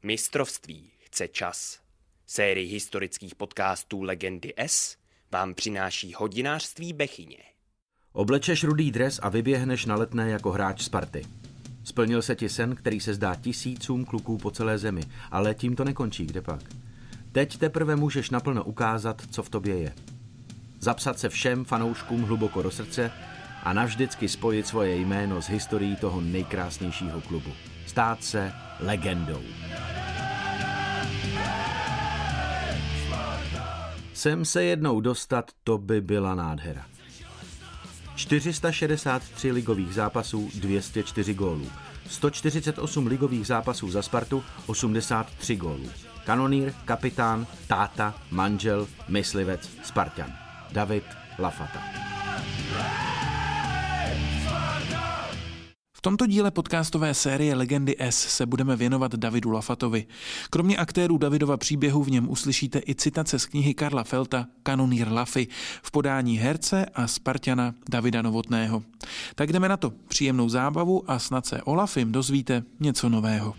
Mistrovství chce čas. Sérii historických podcastů Legendy S vám přináší Hodinářství Bechyně. Oblečeš rudý dres a vyběhneš na Letné jako hráč Sparty. Splnil se ti sen, který se zdá tisícům kluků po celé zemi, ale tím to nekončí, kdepak. Teď teprve můžeš naplno ukázat, co v tobě je. Zapsat se všem fanouškům hluboko do srdce a navždycky spojit svoje jméno s historií toho nejkrásnějšího klubu. Stát se legendou. Sem se jednou dostat, to by byla nádhera. 463 ligových zápasů, 204 gólů. 148 ligových zápasů za Spartu, 83 gólů. Kanonýr, kapitán, táta, manžel, myslivec, Spartan. David Lafata. V tomto díle podcastové série Legendy S se budeme věnovat Davidu Lafatovi. Kromě aktérů Davidova příběhu v něm uslyšíte i citace z knihy Karla Felta Kanonýr Lafy v podání herce a Spartana Davida Novotného. Tak jdeme na to. Příjemnou zábavu a snad se o Lafym dozvíte něco nového.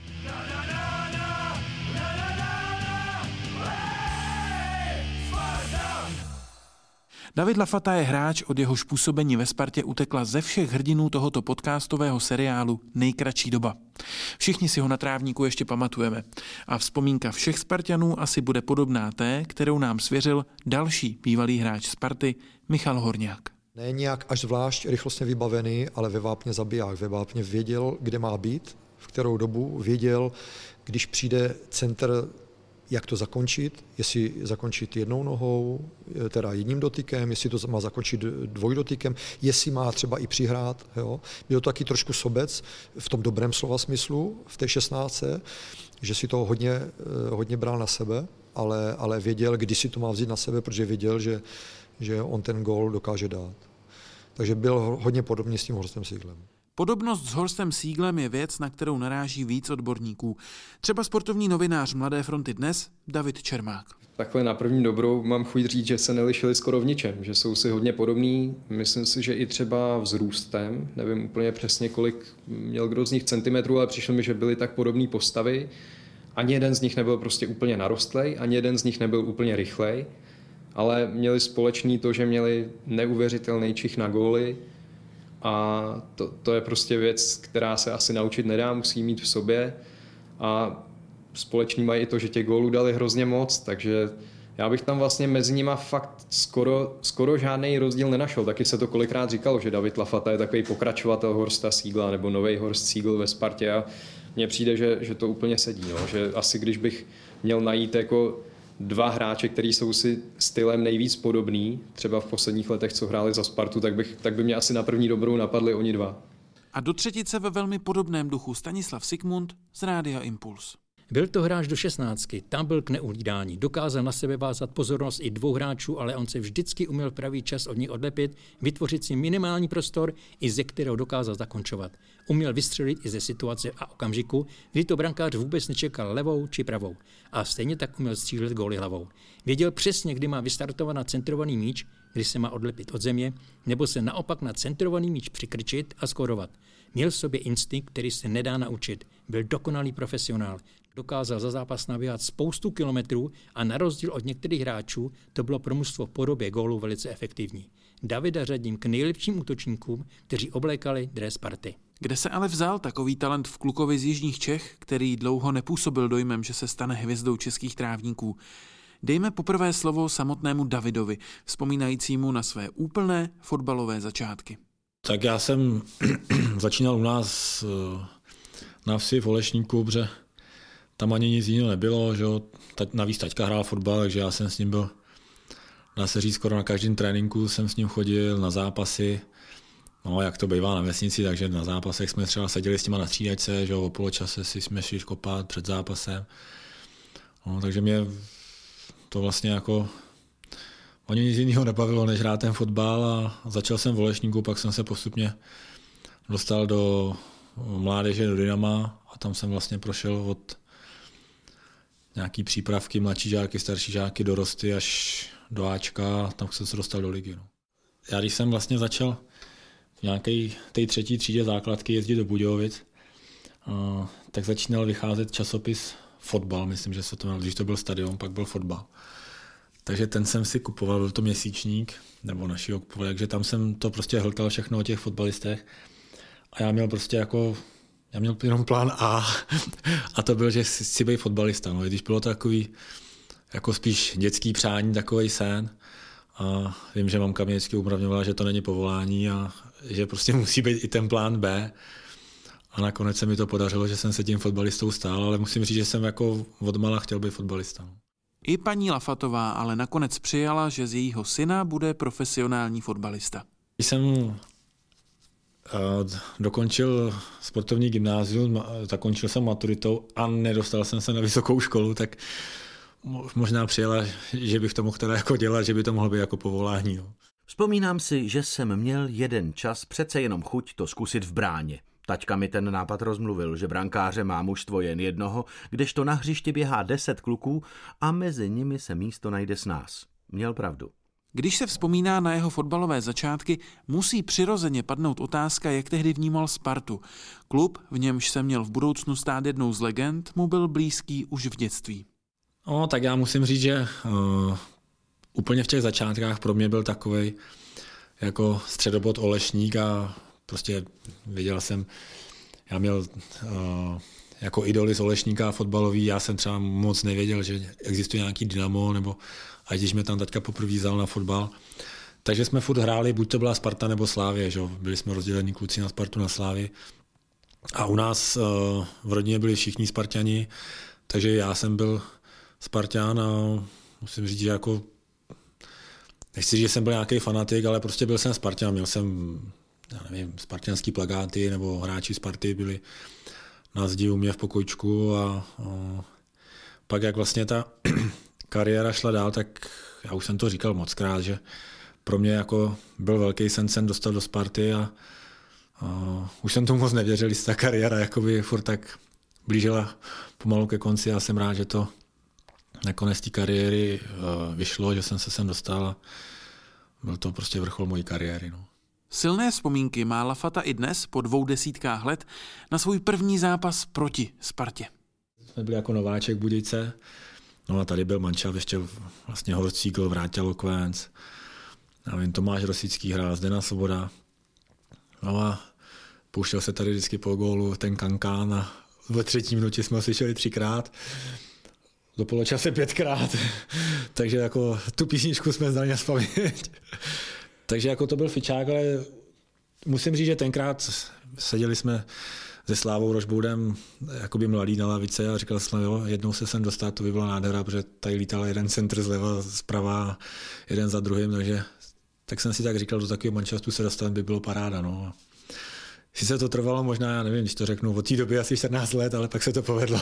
David Lafata je hráč, od jehož působení ve Spartě utekla ze všech hrdinů tohoto podcastového seriálu nejkratší doba. Všichni si ho na trávníku ještě pamatujeme a vzpomínka všech Spartanů asi bude podobná té, kterou nám svěřil další bývalý hráč Sparty Michal Horňák. Ne nějak až zvlášť rychlostně vybavený, ale ve vápně zabiják. Ve vápně věděl, kde má být, v kterou dobu, věděl, když přijde centr, jak to zakončit, jestli zakončit jednou nohou, teda jedním dotykem, jestli to má zakončit dvojdotykem, jestli má třeba i přihrát. Jo. Byl to taky trošku sobec v tom dobrém slova smyslu, v té 16, že si to hodně bral na sebe, ale věděl, kdy si to má vzít na sebe, protože věděl, že on ten gól dokáže dát. Takže byl hodně podobný s tím Horstem Sieglem. Podobnost s Horstem Sieglem je věc, na kterou naráží víc odborníků. Třeba sportovní novinář Mladé fronty Dnes David Čermák. Takhle na první dobrou mám chuť říct, že se nelišili skoro v ničem, že jsou si hodně podobní. Myslím si, že i třeba vzrůstem, nevím úplně přesně, kolik měl kdo z nich centimetrů, ale přišlo mi, že byly tak podobné postavy. Ani jeden z nich nebyl prostě úplně narostlej, ani jeden z nich nebyl úplně rychlej, ale měli společný to, že měli neuvěřitelný čich na góly. A to je prostě věc, která se asi naučit nedá, musí mít v sobě. A společný mají i to, že těch gólů dali hrozně moc, takže já bych tam vlastně mezi nima fakt skoro žádný rozdíl nenašel. Taky se to kolikrát říkalo, že David Lafata je takový pokračovatel Horsta Siegla nebo nový Horst Siegl ve Spartě a mně přijde, že to úplně sedí. No. Že asi když bych měl najít jako dva hráče, kteří jsou si stylem nejvíc podobný, třeba v posledních letech, co hráli za Spartu, tak by mě asi na první dobrou napadli oni dva. A do třetice ve velmi podobném duchu Stanislav Sikmund z Rádia Impuls. Byl to hráč do 16, tam byl k neuhlídání. Dokázal na sebe vázat pozornost i dvou hráčů, ale on se vždycky uměl pravý čas od nich odlepit, vytvořit si minimální prostor, i ze kterého dokázal zakončovat. Uměl vystřelit i ze situace a okamžiku, kdy to brankář vůbec nečekal levou či pravou. A stejně tak uměl střílet góly hlavou. Věděl přesně, kdy má vystartovat na centrovaný míč, kdy se má odlepit od země, nebo se naopak na centrovaný míč přikrčit a skórovat. Měl v sobě instinkt, který se nedá naučit. Byl dokonalý profesionál. Dokázal za zápas naběhat spoustu kilometrů a na rozdíl od některých hráčů to bylo pro mužstvo v podobě gólů velice efektivní. Davida řadím k nejlepším útočníkům, kteří oblékali dres Sparty. Kde se ale vzal takový talent v klukovi z jižních Čech, který dlouho nepůsobil dojmem, že se stane hvězdou českých trávníků? Dejme poprvé slovo samotnému Davidovi, vzpomínajícímu na své úplné fotbalové začátky. Tak já jsem začínal u nás na vsi v Olešníku, protože tam ani nic jiného nebylo, že jo. Navíc taťka hrál fotbal, takže já jsem s ním byl, dá se říct, skoro na každém tréninku jsem s ním chodil, na zápasy. No, jak to bývá na vesnici, takže na zápasech jsme třeba seděli s těma na střídačce, že jo, o poločase si jsme šli kopat před zápasem. No, takže mě to vlastně jako ani nic jiného nebavilo, než hrát ten fotbal a začal jsem v Olešníku, pak jsem se postupně dostal do mládeže, do Dynama a tam jsem vlastně prošel od nějaký přípravky, mladší žáky, starší žáky, dorosty až do Ačka, tam jsem se dostal do ligy. No. Já když jsem vlastně začal v nějaké té 3. třídě základky jezdit do Budějovic, tak začínal vycházet časopis fotbal, myslím, že se to jmenovalo, když to byl stadion, pak byl fotbal. Takže ten jsem si kupoval, byl to měsíčník, nebo našího kupoval, takže tam jsem to prostě hltal všechno o těch fotbalistech. A já měl prostě já měl jenom plán A a to byl, že chci být fotbalista. No, když bylo to takový jako spíš dětský přání, takovej sen. A vím, že mamka mě vždycky umravňovala, že to není povolání a že prostě musí být i ten plán B. A nakonec se mi to podařilo, že jsem se tím fotbalistou stál, ale musím říct, že jsem jako odmala chtěl být fotbalista. I paní Lafatová ale nakonec přijala, že z jejího syna bude profesionální fotbalista. Když jsem dokončil sportovní gymnázium, zakončil jsem maturitou a nedostal jsem se na vysokou školu, tak možná přijela, že bych to mohl teda jako dělat, že by to mohlo být jako povolání. No. Vzpomínám si, že jsem měl jeden čas přece jenom chuť to zkusit v bráně. Taťka mi ten nápad rozmluvil, že brankáře má mužstvo jen jednoho, kdežto na hřišti běhá 10 kluků a mezi nimi se místo najde s nás. Měl pravdu. Když se vzpomíná na jeho fotbalové začátky, musí přirozeně padnout otázka, jak tehdy vnímal Spartu. Klub, v němž se měl v budoucnu stát jednou z legend, mu byl blízký už v dětství. No, tak já musím říct, že úplně v těch začátkách pro mě byl takovej jako středobod Olešník a prostě viděl jsem, já měl jako idoly z Olešníka fotbalový, já jsem třeba moc nevěděl, že existuje nějaký Dynamo, nebo a když mě tam taťka poprvé vzal na fotbal, takže jsme furt hráli, buď to byla Sparta nebo Slavie, že? Byli jsme rozdělení kluci na Spartu, na Slavii. A u nás v rodině byli všichni Sparťani, takže já jsem byl Sparťan a musím říct, že jako nechci říct, že jsem byl nějaký fanatik, ale prostě byl jsem Sparťan, měl jsem, já nevím, spartianský plakáty nebo hráči Sparty byli na zdi u mě v pokojičku a pak jak vlastně ta kariéra šla dál, tak já už jsem to říkal mockrát, že pro mě jako byl velký sen dostat do Sparty a už jsem tomu moc nevěřil, že ta kariéra jakoby furt tak blížila pomalu ke konci a jsem rád, že to nakonec té kariéry vyšlo, že jsem se sem dostal a byl to prostě vrchol mojí kariéry. No. Silné vzpomínky má Lafata i dnes po 20 let na svůj první zápas proti Spartě. Jsme byli jako nováček Budějce, no a tady byl mančaft, ještě vlastně Horst Siegel, Vráťa Lokvenc, já vím, Tomáš Rosický hrál, Zdena Svoboda. No a pouštěl se tady vždycky po gólu ten kankán a ve 3. minutě jsme ho slyšeli 3krát, do poločase 5krát, takže jako tu písničku jsme znali na spaměť. Takže jako to byl fičák, ale musím říct, že tenkrát seděli jsme se Slávou Rožboudem jakoby mladý na lavice a říkal jsem, jo, jednou se sem dostat, to by byla nádhera, protože tady lítal jeden centr zleva, zprava, jeden za druhým, takže tak jsem si tak říkal, do takového manšaftu se dostat by bylo paráda. No. Sice to trvalo možná, já nevím, když to řeknu, od té doby asi 14 let, ale pak se to povedlo.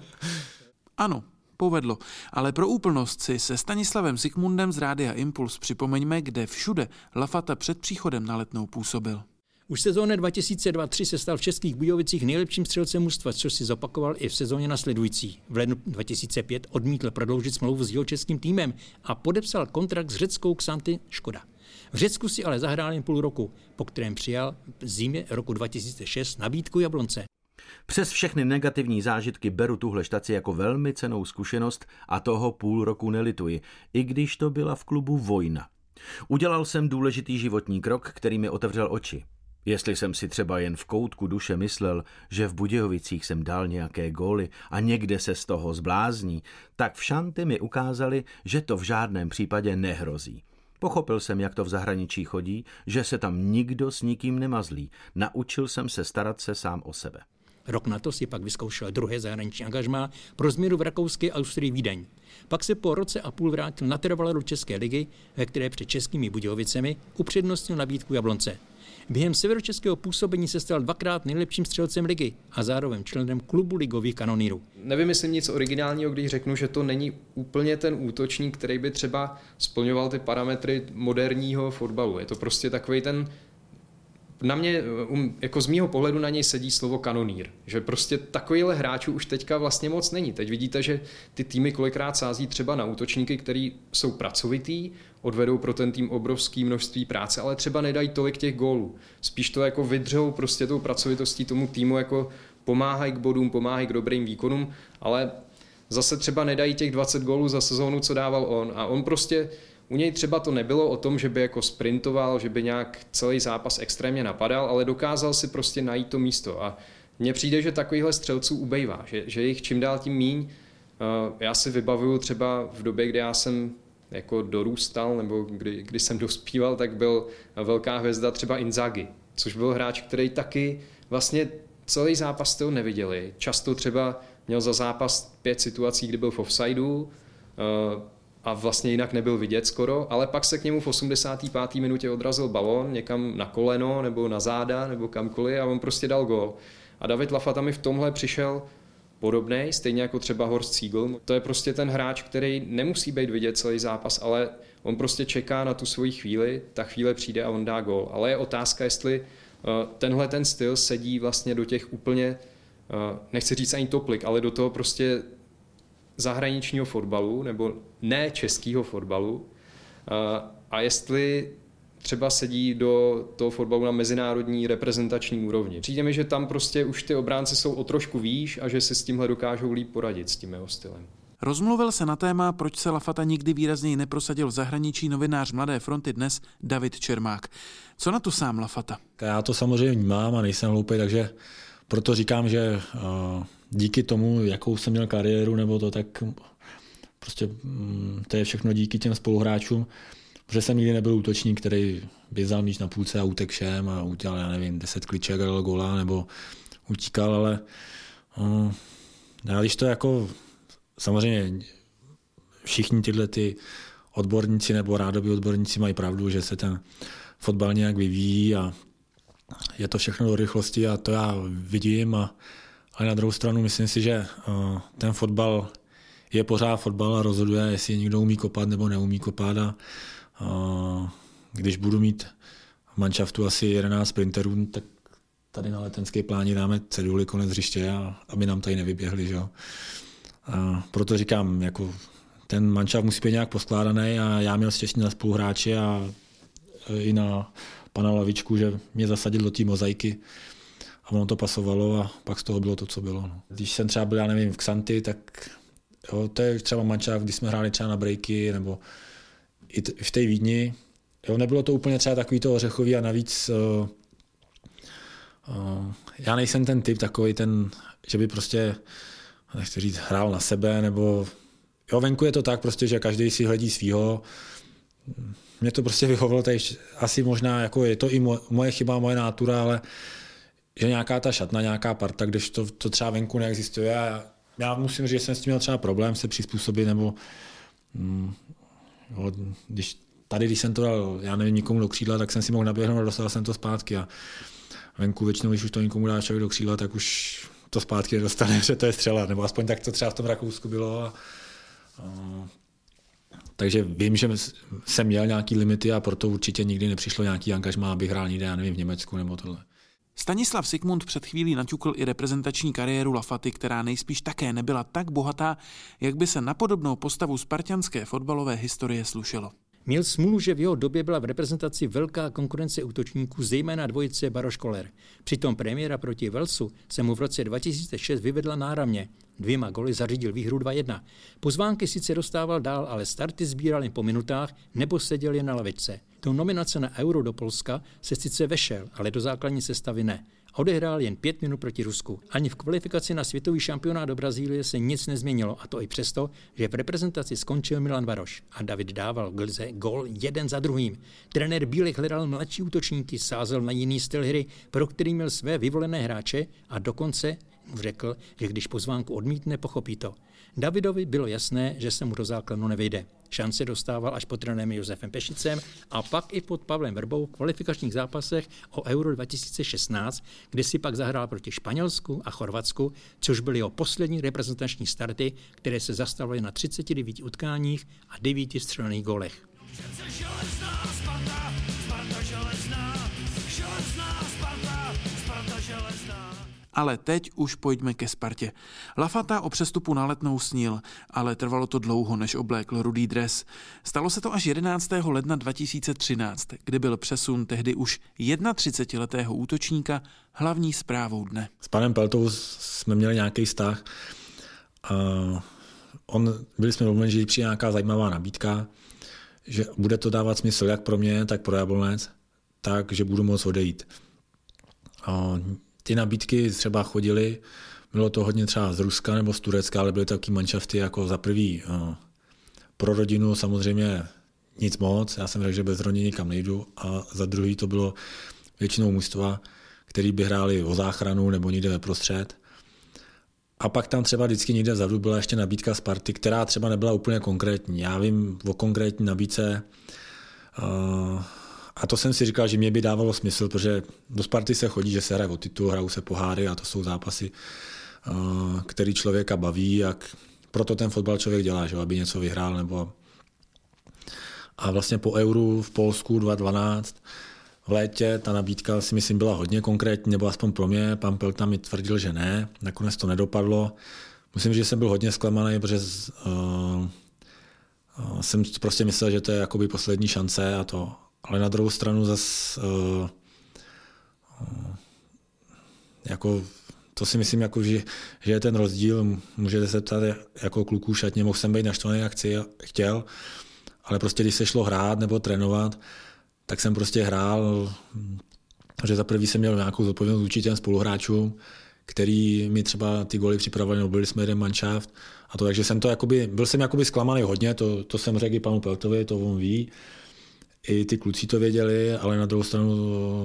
Ano, povedlo, ale pro úplnost si se Stanislavem Zikmundem z Rádia Impuls připomeňme, kde všude Lafata před příchodem na Letnou působil. Už v sezóně 2002-2003 se stal v Českých Budějovicích nejlepším střelcem mužstva, což si zopakoval i v sezóně nasledující. V lednu 2005 odmítl prodloužit smlouvu s jihočeským týmem a podepsal kontrakt s řeckou Xanty Škoda. V Řecku si ale zahrál jen půl roku, po kterém přijal v zimě roku 2006 nabídku Jablonce. Přes všechny negativní zážitky beru tuhle štaci jako velmi cennou zkušenost a toho půl roku nelituji, i když to byla v klubu vojna. Udělal jsem důležitý životní krok, který mi otevřel oči. Jestli jsem si třeba jen v koutku duše myslel, že v Budějovicích jsem dal nějaké góly a někde se z toho zblázní, tak v Šanty mi ukázali, že to v žádném případě nehrozí. Pochopil jsem, jak to v zahraničí chodí, že se tam nikdo s nikým nemazlí. Naučil jsem se starat se sám o sebe. Rok na to si pak vyzkoušel druhé zahraniční angažmá pro změnu v rakouské Austrii Vídeň. Pak se po roce a půl vrátil natrvale do České ligy, ve které před Českými Budějovicemi upřednostnil nabídku Jablonce. Během severočeského působení se stal 2krát nejlepším střelcem ligy a zároveň členem klubu ligových kanonýrů. Nevymyslím nic originálního, když řeknu, že to není úplně ten útočník, který by třeba splňoval ty parametry moderního fotbalu. Je to prostě takový ten, na mě, jako z mýho pohledu na něj sedí slovo kanonýr. Že prostě takovýhle hráčů už teďka vlastně moc není. Teď vidíte, že ty týmy kolikrát sází třeba na útočníky, který jsou pracovitý, odvedou pro ten tým obrovské množství práce, ale třeba nedají tolik těch gólů. Spíš to jako vydřou prostě tou pracovitostí tomu týmu, jako pomáhají k bodům, pomáhají k dobrým výkonům, ale zase třeba nedají těch 20 gólů za sezónu, co dával on. A on prostě, u něj třeba to nebylo o tom, že by jako sprintoval, že by nějak celý zápas extrémně napadal, ale dokázal si prostě najít to místo. A mně přijde, že takovýchhle střelců ubejvá, že jich čím dál tím míň. Já si vybavuju třeba v době, kdy já jsem jako dorůstal, nebo kdy jsem dospíval, tak byl velká hvězda třeba Inzaghi, což byl hráč, který taky vlastně celý zápas jste ho neviděli. Často třeba měl za zápas 5 situací, kdy byl v offsideu a vlastně jinak nebyl vidět skoro, ale pak se k němu v 85. minutě odrazil balón někam na koleno nebo na záda nebo kamkoliv a on prostě dal gól. A David Lafata mi v tomhle přišel podobnej, stejně jako třeba Horst Siegel. To je prostě ten hráč, který nemusí být vidět celý zápas, ale on prostě čeká na tu svoji chvíli, ta chvíle přijde a on dá gól. Ale je otázka, jestli tenhle ten styl sedí vlastně do těch úplně, nechci říct ani toplik, ale do toho prostě zahraničního fotbalu, nebo ne českého fotbalu. A jestli třeba sedí do toho fotbalu na mezinárodní reprezentační úrovni. Přijde mi, že tam prostě už ty obránci jsou o trošku výš a že si s tímhle dokážou líp poradit s tím jeho stylem. Rozmluvil se na téma, proč se Lafata nikdy výrazněji neprosadil v zahraničí, novinář Mladé fronty Dnes David Čermák. Co na to sám Lafata? Já to samozřejmě vnímám a nejsem hloupý, takže proto říkám, že díky tomu, jakou jsem měl kariéru nebo to, tak prostě to je všechno díky těm spoluhráčům, protože jsem nikdy nebyl útočník, který by vzal míč na půlce a utek všem a udělal, já nevím, 10 kliček a dal góla nebo utíkal, ale když to jako samozřejmě všichni tyhle ty odborníci nebo rádoby odborníci mají pravdu, že se ten fotbal nějak vyvíjí a je to všechno do rychlosti a to já vidím, ale na druhou stranu myslím si, že ten fotbal je pořád fotbal a rozhoduje, jestli někdo umí kopat nebo neumí kopat a když budu mít v manšaftu asi 11 sprinterů, tak tady na Letenské pláni dáme ceduly konec hřiště, aby nám tady nevyběhli. Že? A proto říkám, jako ten manšaft musí být nějak poskládaný a já měl štěstí na spoluhráče a i na pana Lavičku, že mě zasadil do té mozaiky a ono to pasovalo a pak z toho bylo to, co bylo. No. Když jsem třeba byl, já nevím, v Xanty, tak jo, to je třeba manšaft, když jsme hráli třeba na breaky nebo i v té Vídni. Jo, nebylo to úplně třeba takový to ořechový a navíc já nejsem ten typ takový ten, že by prostě, nechci říct, hrál na sebe, nebo jo, venku je to tak prostě, že každý si hledí svýho. Mě to prostě vyhovalo, asi možná, jako je to i moje chyba, moje nátura, ale že nějaká ta šatna, nějaká parta, když to třeba venku neexistuje a já musím říct, že jsem s tím měl třeba problém se přizpůsobit, nebo jo, když jsem to dal, já nevím, nikomu do křídla, tak jsem si mohl naběhnout a dostal jsem to zpátky a venku většinou, když už to nikomu dá člověk do křídla, tak už to zpátky nedostane, že to je střela, nebo aspoň tak to třeba v tom Rakousku bylo. Takže vím, že jsem měl nějaký limity a proto určitě nikdy nepřišlo nějaký angažmá, abych hrál někde, já nevím, v Německu nebo tohle. Stanislav Sigmund před chvílí naťukl i reprezentační kariéru Lafaty, která nejspíš také nebyla tak bohatá, jak by se na podobnou postavu spartanské fotbalové historie slušelo. Měl smůlu, že v jeho době byla v reprezentaci velká konkurence útočníků, zejména dvojice Baroš-Koller. Přitom premiéra proti Walesu se mu v roce 2006 vyvedla náramně. 2 goly zařídil výhru 2-1. Pozvánky sice dostával dál, ale starty sbíral jen po minutách nebo seděl jen na lavičce. Do nominace na Euro do Polska se sice vešel, ale do základní sestavy ne. Odehrál jen 5 minut proti Rusku. Ani v kvalifikaci na světový šampionát do Brazílie se nic nezměnilo, a to i přesto, že v reprezentaci skončil Milan Baroš a David dával gól jeden za druhým. Trenér Bílek hledal mladší útočníky, sázel na jiný styl hry, pro který měl své vyvolené hráče a dokonce mu řekl, že když pozvánku odmítne, pochopí to. Davidovi bylo jasné, že se mu do základu nevejde. Šance dostával až pod trenérem Josefem Pešicem a pak i pod Pavlem Vrbou v kvalifikačních zápasech o Euro 2016, kde si pak zahrál proti Španělsku a Chorvatsku, což byly jeho poslední reprezentační starty, které se zastavovaly na 39 utkáních a 9 střelených gólech. Ale teď už pojďme ke Spartě. Lafata o přestupu na Letnou snil, ale trvalo to dlouho, než oblékl rudý dres. Stalo se to až 11. ledna 2013, kdy byl přesun tehdy už 31letého útočníka hlavní zprávou dne. S panem Peltou jsme měli nějaký vztah a byli jsme domluveni, že přijde nějaká zajímavá nabídka, že bude to dávat smysl jak pro mě, tak pro Jablonec, tak, že budu moct odejít. Ty nabídky třeba chodily, bylo to hodně třeba z Ruska nebo z Turecka, ale byly taky manšafty jako za prvý pro rodinu samozřejmě nic moc, já jsem řekl, že bez rodiny nikam nejdu, a za druhý to bylo většinou mužstva, který by hráli o záchranu nebo někde ve prostřed. A pak tam třeba vždycky někde vzadu byla ještě nabídka Sparty, která třeba nebyla úplně konkrétní. Já vím o konkrétní nabídce a to jsem si říkal, že mě by dávalo smysl, protože do Sparty se chodí, že se hraje o titul, hrajou se poháry a to jsou zápasy, který člověka baví, jak proto ten fotbal člověk dělá, že aby něco vyhrál. Nebo... A vlastně po Euru v Polsku 2012 v létě ta nabídka si myslím byla hodně konkrétní, nebo aspoň pro mě. Pan Pelta mi tvrdil, že ne, nakonec to nedopadlo. Musím říct, že jsem byl hodně zklamaný, protože jsem prostě myslel, že to je jakoby poslední šance a to. Ale na druhou stranu zase jako to si myslím, jako, že je ten rozdíl. Můžete se ptát jako kluků v šatně, mohl jsem být naštvaný, jak chtěl, ale prostě když se šlo hrát nebo trénovat, tak jsem prostě hrál, že za prvý jsem měl nějakou zodpovědnost vůči těm spoluhráčům, který mi třeba ty góly připravovali, nebo byli jsme jeden manšaft. A to, takže jsem to byl jsem zklamaný hodně, to jsem řekl i panu Peltovi, to on ví. I ty kluci to věděli, ale na druhou stranu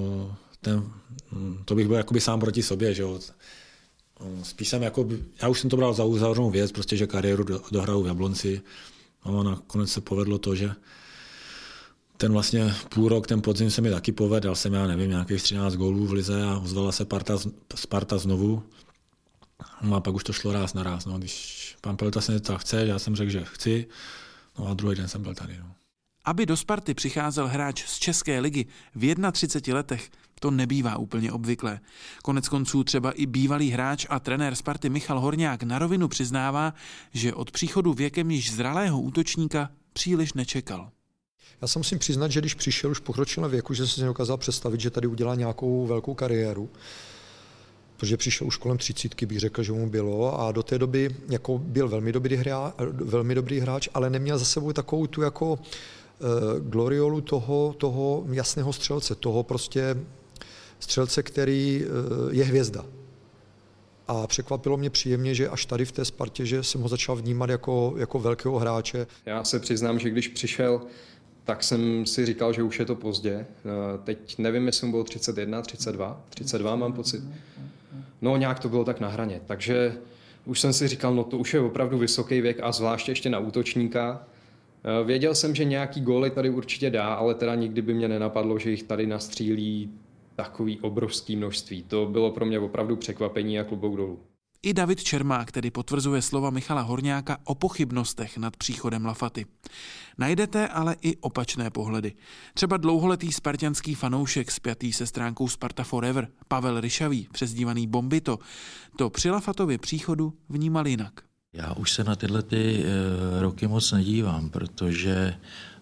to bych byl jakoby sám proti sobě, že jo. Spíš jsem já už jsem to bral za uzavřenou věc, prostě, že kariéru dohraju v Jablonci. A nakonec se povedlo to, že ten vlastně půl rok, ten podzim se mi taky povedl, dal jsem, já nevím, nějakých 13 gólů v lize a ozvala se Sparta znovu. No a pak už to šlo ráz na ráz. No. Když pan Pelta se něco chce, já jsem řekl, že chci, no a druhý den jsem byl tady. No. Aby do Sparty přicházel hráč z České ligy v 31 letech, to nebývá úplně obvyklé. Koneckonců třeba i bývalý hráč a trenér Sparty Michal Horňák na rovinu přiznává, že od příchodu věkem již zralého útočníka příliš nečekal. Já se musím přiznat, že když přišel už v pokročilém věku, že jsem si nedokázal představit, že tady udělá nějakou velkou kariéru, protože přišel už kolem 30, bych řekl, že mu bylo, a do té doby jako byl velmi dobrý hráč, ale neměl za sebou takovou tu jako gloriolu toho jasného střelce, toho prostě střelce, který je hvězda. A překvapilo mě příjemně, že až tady v té Spartě, že jsem ho začal vnímat jako velkého hráče. Já se přiznám, že když přišel, tak jsem si říkal, že už je to pozdě. Teď nevím, jestli mu bylo 31, 32 mám pocit. No nějak to bylo tak na hraně. Takže už jsem si říkal, no to už je opravdu vysoký věk a zvláště ještě na útočníka. Věděl jsem, že nějaký góly tady určitě dá, ale teda nikdy by mě nenapadlo, že jich tady nastřílí takový obrovský množství. To bylo pro mě opravdu překvapení a klobouk dolů. I David Čermák tedy potvrzuje slova Michala Horňáka o pochybnostech nad příchodem Lafaty. Najdete ale i opačné pohledy. Třeba dlouholetý spartanský fanoušek spjatý se stránkou Sparta Forever, Pavel Ryšavý, přezdívaný Bombito, to při Lafatově příchodu vnímal jinak. Já už se na tyhle roky moc nedívám, protože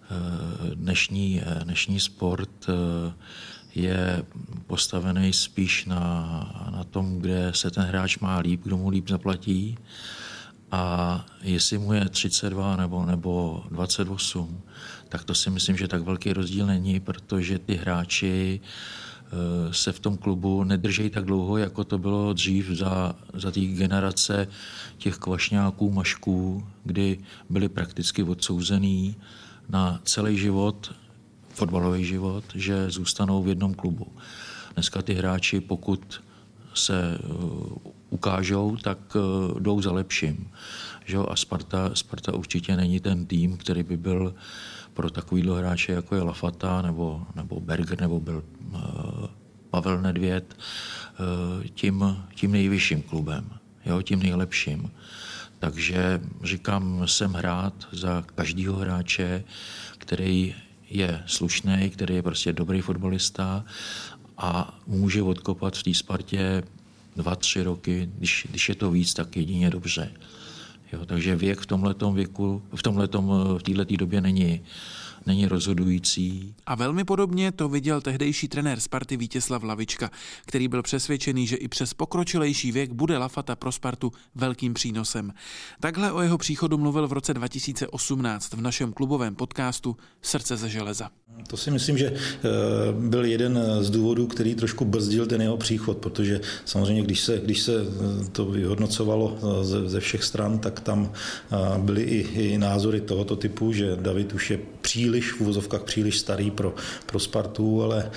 dnešní sport je postavený spíš na tom, kde se ten hráč má líp, kdo mu líp zaplatí. A jestli mu je 32 nebo 28, tak to si myslím, že tak velký rozdíl není, protože ty hráči se v tom klubu nedržejí tak dlouho, jako to bylo dřív za té generace těch kvašňáků, mašků, kdy byli prakticky odsouzený na celý život, fotbalový život, že zůstanou v jednom klubu. Dneska ty hráči, pokud se ukážou, tak jdou za lepším. A Sparta určitě není ten tým, který by byl pro takovýhle hráče, jako je Lafata nebo Berger, nebo byl Pavel Nedvěd, tím nejvyšším klubem, tím nejlepším. Takže říkám, jsem rád za každého hráče, který je slušný, který je prostě dobrý fotbalista a může odkopat v té Spartě 2-3 roky, když je to víc, tak jedině dobře. Takže věk v této době není rozhodující. A velmi podobně to viděl tehdejší trenér Sparty Vítězslav Lavička, který byl přesvědčený, že i přes pokročilejší věk bude Lafata pro Spartu velkým přínosem. Takhle o jeho příchodu mluvil v roce 2018 v našem klubovém podcastu Srdce ze železa. To si myslím, že byl jeden z důvodů, který trošku brzdil ten jeho příchod, protože samozřejmě, když se to vyhodnocovalo ze všech stran, tak tam byly i názory tohoto typu, že David už je příliš, v uvozovkách příliš starý pro Spartu, ale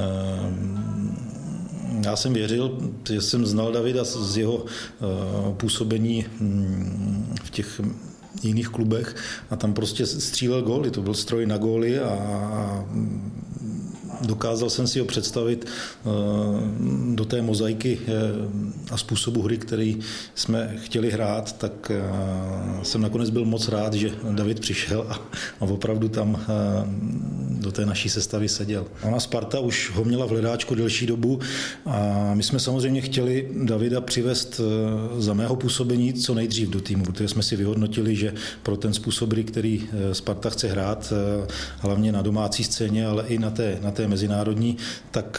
já jsem věřil, že jsem znal Davida z jeho působení v těch jiných klubech a tam prostě střílel góly, to byl stroj na góly a dokázal jsem si ho představit do té mozaiky a způsobu hry, který jsme chtěli hrát, tak jsem nakonec byl moc rád, že David přišel a opravdu tam do té naší sestavy seděl. Ona Sparta už ho měla v hledáčku delší dobu a my jsme samozřejmě chtěli Davida přivést za mého působení co nejdřív do týmu, protože jsme si vyhodnotili, že pro ten způsob hry, který Sparta chce hrát, hlavně na domácí scéně, ale i na té mezinárodní, tak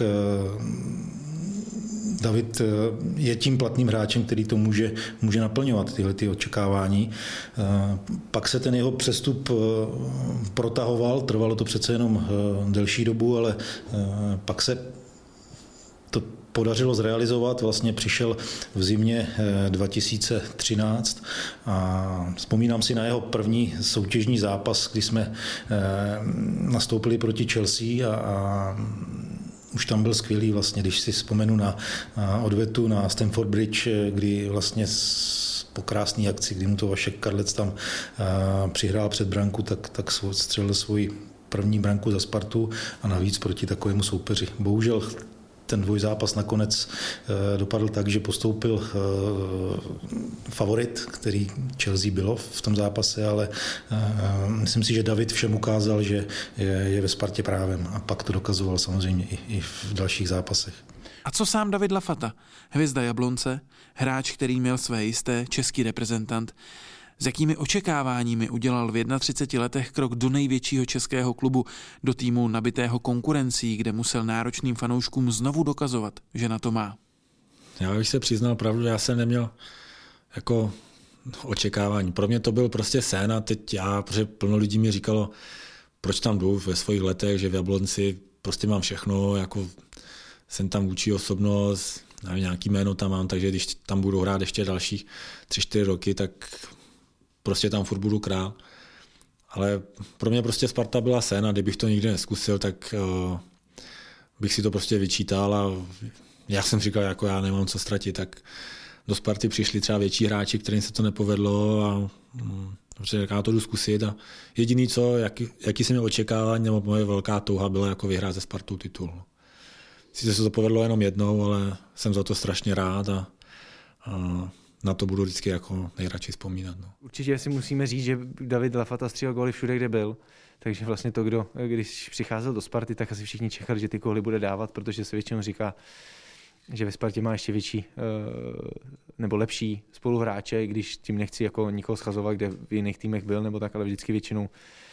David je tím platným hráčem, který to může naplňovat, tyhle ty očekávání. Pak se ten jeho přestup protahoval, trvalo to přece jenom delší dobu, ale pak se to podařilo zrealizovat, vlastně přišel v zimě 2013 a vzpomínám si na jeho první soutěžní zápas, kdy jsme nastoupili proti Chelsea a už tam byl skvělý vlastně, když si vzpomenu na odvetu na Stamford Bridge, kdy vlastně po krásné akci, kdy mu to Vašek Kadlec tam přihrál před branku, tak střelil svoji první branku za Spartu a navíc proti takovému soupeři. Bohužel ten dvojzápas nakonec dopadl tak, že postoupil favorit, který Chelsea bylo v tom zápase, ale myslím si, že David všem ukázal, že je ve Spartě právem a pak to dokazoval samozřejmě i v dalších zápasech. A co sám David Lafata, hvězda Jablonce, hráč, který měl své jisté, český reprezentant, s jakými očekáváními udělal v 31 letech krok do největšího českého klubu, do týmu nabitého konkurencí, kde musel náročným fanouškům znovu dokazovat, že na to má? Já bych se přiznal pravdu, já jsem neměl jako očekávání. Pro mě to byl prostě sen a teď protože plno lidí mi říkalo, proč tam jdu ve svých letech, že v Jablonci prostě mám všechno, jako jsem tam vůči osobnost, nevím, nějaký jméno tam mám, takže když tam budu hrát ještě dalších 3-4 roky, tak prostě tam furt budu král. Ale pro mě prostě Sparta byla sen a kdybych to nikdy neskusil, tak bych si to prostě vyčítal a já jsem říkal, jako já nemám co ztratit, tak do Sparty přišli třeba větší hráči, kterým se to nepovedlo a já to jdu zkusit a jediný co, jaký jsem měl očekávání, nebo moje velká touha byla jako vyhrát ze Spartou titul. Sice se to povedlo jenom jednou, ale jsem za to strašně rád a na to budu vždycky jako nejradši vzpomínat. No. Určitě si musíme říct, že David Lafata střílel góly všude, kde byl. Takže vlastně to, když přicházel do Sparty, tak asi všichni čekali, že ty góly bude dávat, protože se většinou říká, že ve Spartě má ještě větší nebo lepší spoluhráče, když tím nechci jako nikoho schazovat, kde v jiných týmech byl, nebo tak, ale vždycky většinou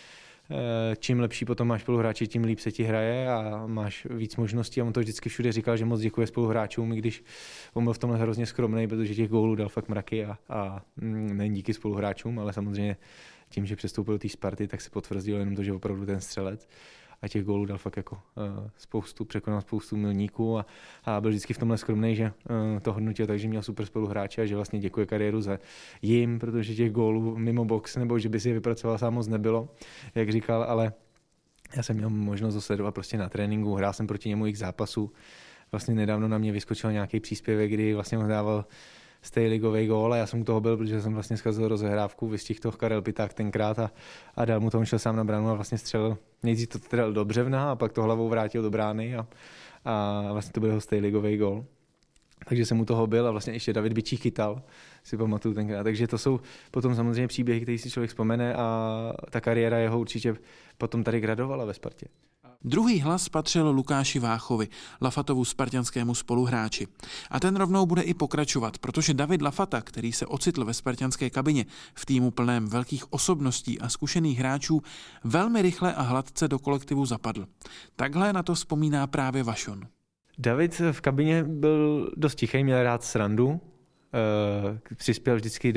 čím lepší potom máš spoluhráče, tím líp se ti hraje a máš víc možností a on to vždycky všude říkal, že moc děkuje spoluhráčům, i když on byl v tomhle hrozně skromný, protože těch gólů dal fakt mraky a nejen díky spoluhráčům, ale samozřejmě tím, že přestoupil do té Sparty, tak se potvrdil jenom to, že opravdu ten střelec a těch gólů dal fakt jako překonal spoustu milníků a byl vždycky v tomhle skromnej, že to hodnotil tak, že měl super spoluhráče a že vlastně děkuje kariéru za jim, protože těch gólů mimo box nebo že by si je vypracoval sám moc nebylo, jak říkal, ale já jsem měl možnost ho sledovat prostě na tréninku, hrál jsem proti němu x zápasů. Vlastně nedávno na mě vyskočil nějaký příspěvek, kdy vlastně ho dával stejligový gól a já jsem u toho byl, protože jsem vlastně zkazil rozehrávku, vystihl to Karel Piták tenkrát a dal mu to, on šel sám na bránu a vlastně střelil. Nejdřív to střelil do břevna a pak to hlavou vrátil do brány a vlastně to byl jeho stejligový gól. Takže jsem u toho byl a vlastně ještě David Bičík chytal, si pamatuju tenkrát. Takže to jsou potom samozřejmě příběhy, které si člověk vzpomene a ta kariéra jeho určitě potom tady gradovala ve Spartě. Druhý hlas patřil Lukáši Váchovi, Lafatovu spartanskému spoluhráči. A ten rovnou bude i pokračovat, protože David Lafata, který se ocitl ve spartanské kabině v týmu plném velkých osobností a zkušených hráčů, velmi rychle a hladce do kolektivu zapadl. Takhle na to vzpomíná právě Vašon. David v kabině byl dost tichý, měl rád srandu, přispěl vždycky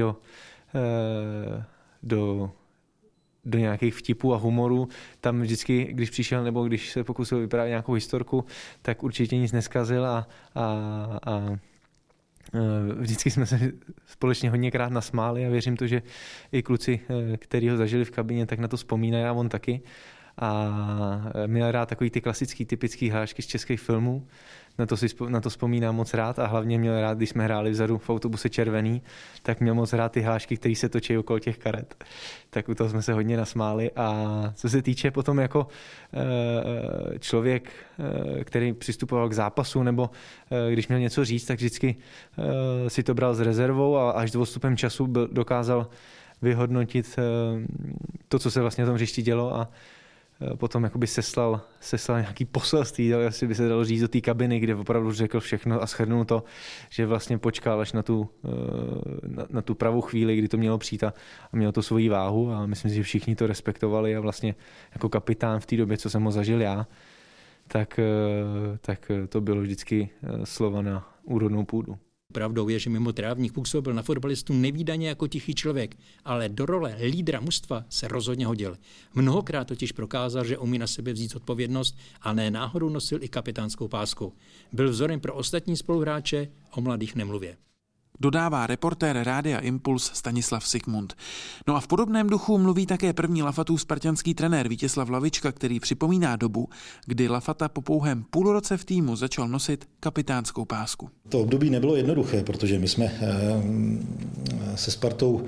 do nějakých vtipů a humoru. Tam vždycky, když přišel nebo když se pokusil vyprávět nějakou historku, tak určitě nic neskazil a vždycky jsme se společně hodněkrát nasmáli a věřím to, že i kluci, kteří ho zažili v kabině, tak na to vzpomínají a on taky. A měl rád takový ty klasický, typický hlášky z českých filmů. Na to vzpomínám moc rád a hlavně měl rád, když jsme hráli vzadu v autobuse Červený, tak měl moc rád ty hlášky, které se točí okolo těch karet. Tak u toho jsme se hodně nasmáli. A co se týče potom jako člověk, který přistupoval k zápasu nebo když měl něco říct, tak vždycky si to bral s rezervou a až s odstupem času dokázal vyhodnotit to, co se vlastně na tom hřišti dělo a potom jakoby seslal nějaký poselství, asi by se dalo říct do té kabiny, kde opravdu řekl všechno a shrnul to, že vlastně počkal až na tu pravou chvíli, kdy to mělo přijít a mělo to svoji váhu a myslím si, že všichni to respektovali a vlastně jako kapitán v té době, co jsem ho zažil já, tak to bylo vždycky slova na úrodnou půdu. Pravdou je, že mimo trávník působil na fotbalistu nevídaně jako tichý člověk, ale do role lídra mužstva se rozhodně hodil. Mnohokrát totiž prokázal, že umí na sebe vzít odpovědnost a ne náhodou nosil i kapitánskou pásku. Byl vzorem pro ostatní spoluhráče, o mladých nemluvě. Dodává reportér Rádia Impuls Stanislav Sikmund. No a v podobném duchu mluví také první Lafatův spartanský trenér Vítězslav Lavička, který připomíná dobu, kdy Lafata po pouhém půlroce v týmu začal nosit kapitánskou pásku. To období nebylo jednoduché, protože my jsme se Spartou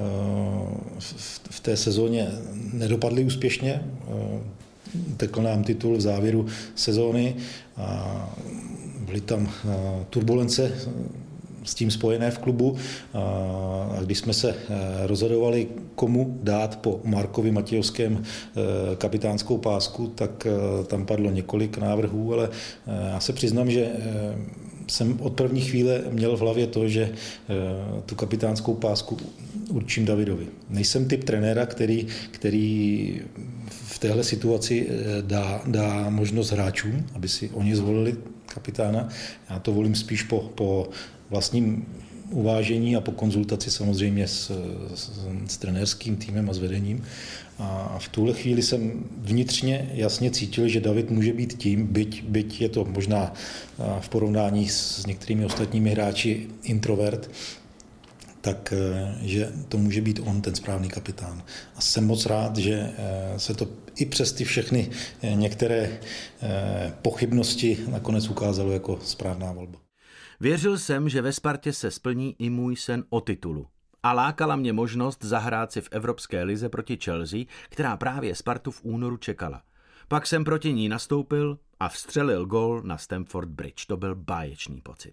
v té sezóně nedopadli úspěšně. Utekl nám titul v závěru sezóny a byly tam turbulence s tím spojené v klubu. A když jsme se rozhodovali, komu dát po Markovi Matějovském kapitánskou pásku, tak tam padlo několik návrhů, ale já se přiznám, že jsem od první chvíle měl v hlavě to, že tu kapitánskou pásku určím Davidovi. Nejsem typ trenéra, který v téhle situaci dá možnost hráčům, aby si oni zvolili kapitána. Já to volím spíš po vlastním uvážení a po konzultaci samozřejmě s trenérským týmem a s vedením. A v tuhle chvíli jsem vnitřně jasně cítil, že David může být tím, byť je to možná v porovnání s některými ostatními hráči introvert, tak že to může být on ten správný kapitán. A jsem moc rád, že se to i přes ty všechny některé pochybnosti nakonec ukázalo jako správná volba. Věřil jsem, že ve Spartě se splní i můj sen o titulu. A lákala mě možnost zahrát si v Evropské lize proti Chelsea, která právě Spartu v únoru čekala. Pak jsem proti ní nastoupil a vstřelil gól na Stamford Bridge. To byl báječný pocit.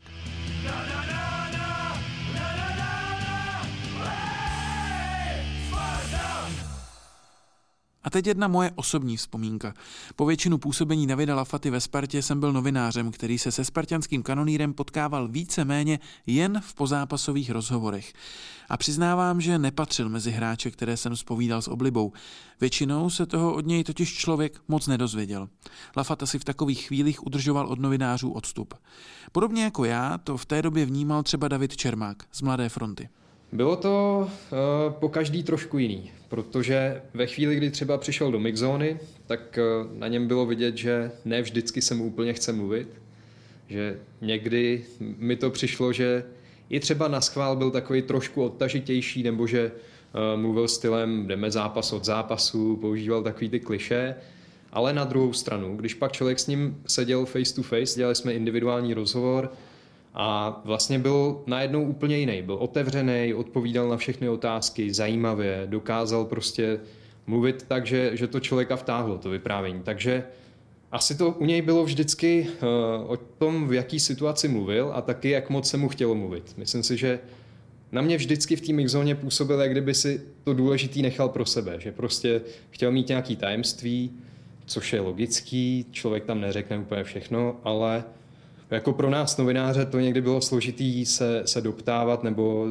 A teď jedna moje osobní vzpomínka. Po většinu působení Davida Lafaty ve Spartě jsem byl novinářem, který se se spartanským kanonýrem potkával víceméně jen v pozápasových rozhovorech. A přiznávám, že nepatřil mezi hráče, které jsem zpovídal s oblibou. Většinou se toho od něj totiž člověk moc nedozvěděl. Lafata si v takových chvílích udržoval od novinářů odstup. Podobně jako já to v té době vnímal třeba David Čermák z Mladé fronty. Bylo to po každý trošku jiný, protože ve chvíli, kdy třeba přišel do mixzóny, tak na něm bylo vidět, že ne vždycky se mu úplně chce mluvit, že někdy mi to přišlo, že i třeba naschvál byl takový trošku odtažitější, nebo že mluvil stylem jdeme zápas od zápasu, používal takový ty klišé, ale na druhou stranu, když pak člověk s ním seděl face to face, dělali jsme individuální rozhovor, a vlastně byl najednou úplně jiný. Byl otevřený, odpovídal na všechny otázky zajímavě, dokázal prostě mluvit tak, že to člověka vtáhlo, to vyprávění. Takže asi to u něj bylo vždycky o tom, v jaký situaci mluvil a taky, jak moc se mu chtělo mluvit. Myslím si, že na mě vždycky v té mixzóně působil, jak kdyby si to důležitý nechal pro sebe, že prostě chtěl mít nějaký tajemství, což je logický, člověk tam neřekne úplně všechno, ale jako pro nás novináře to někdy bylo složitý se doptávat nebo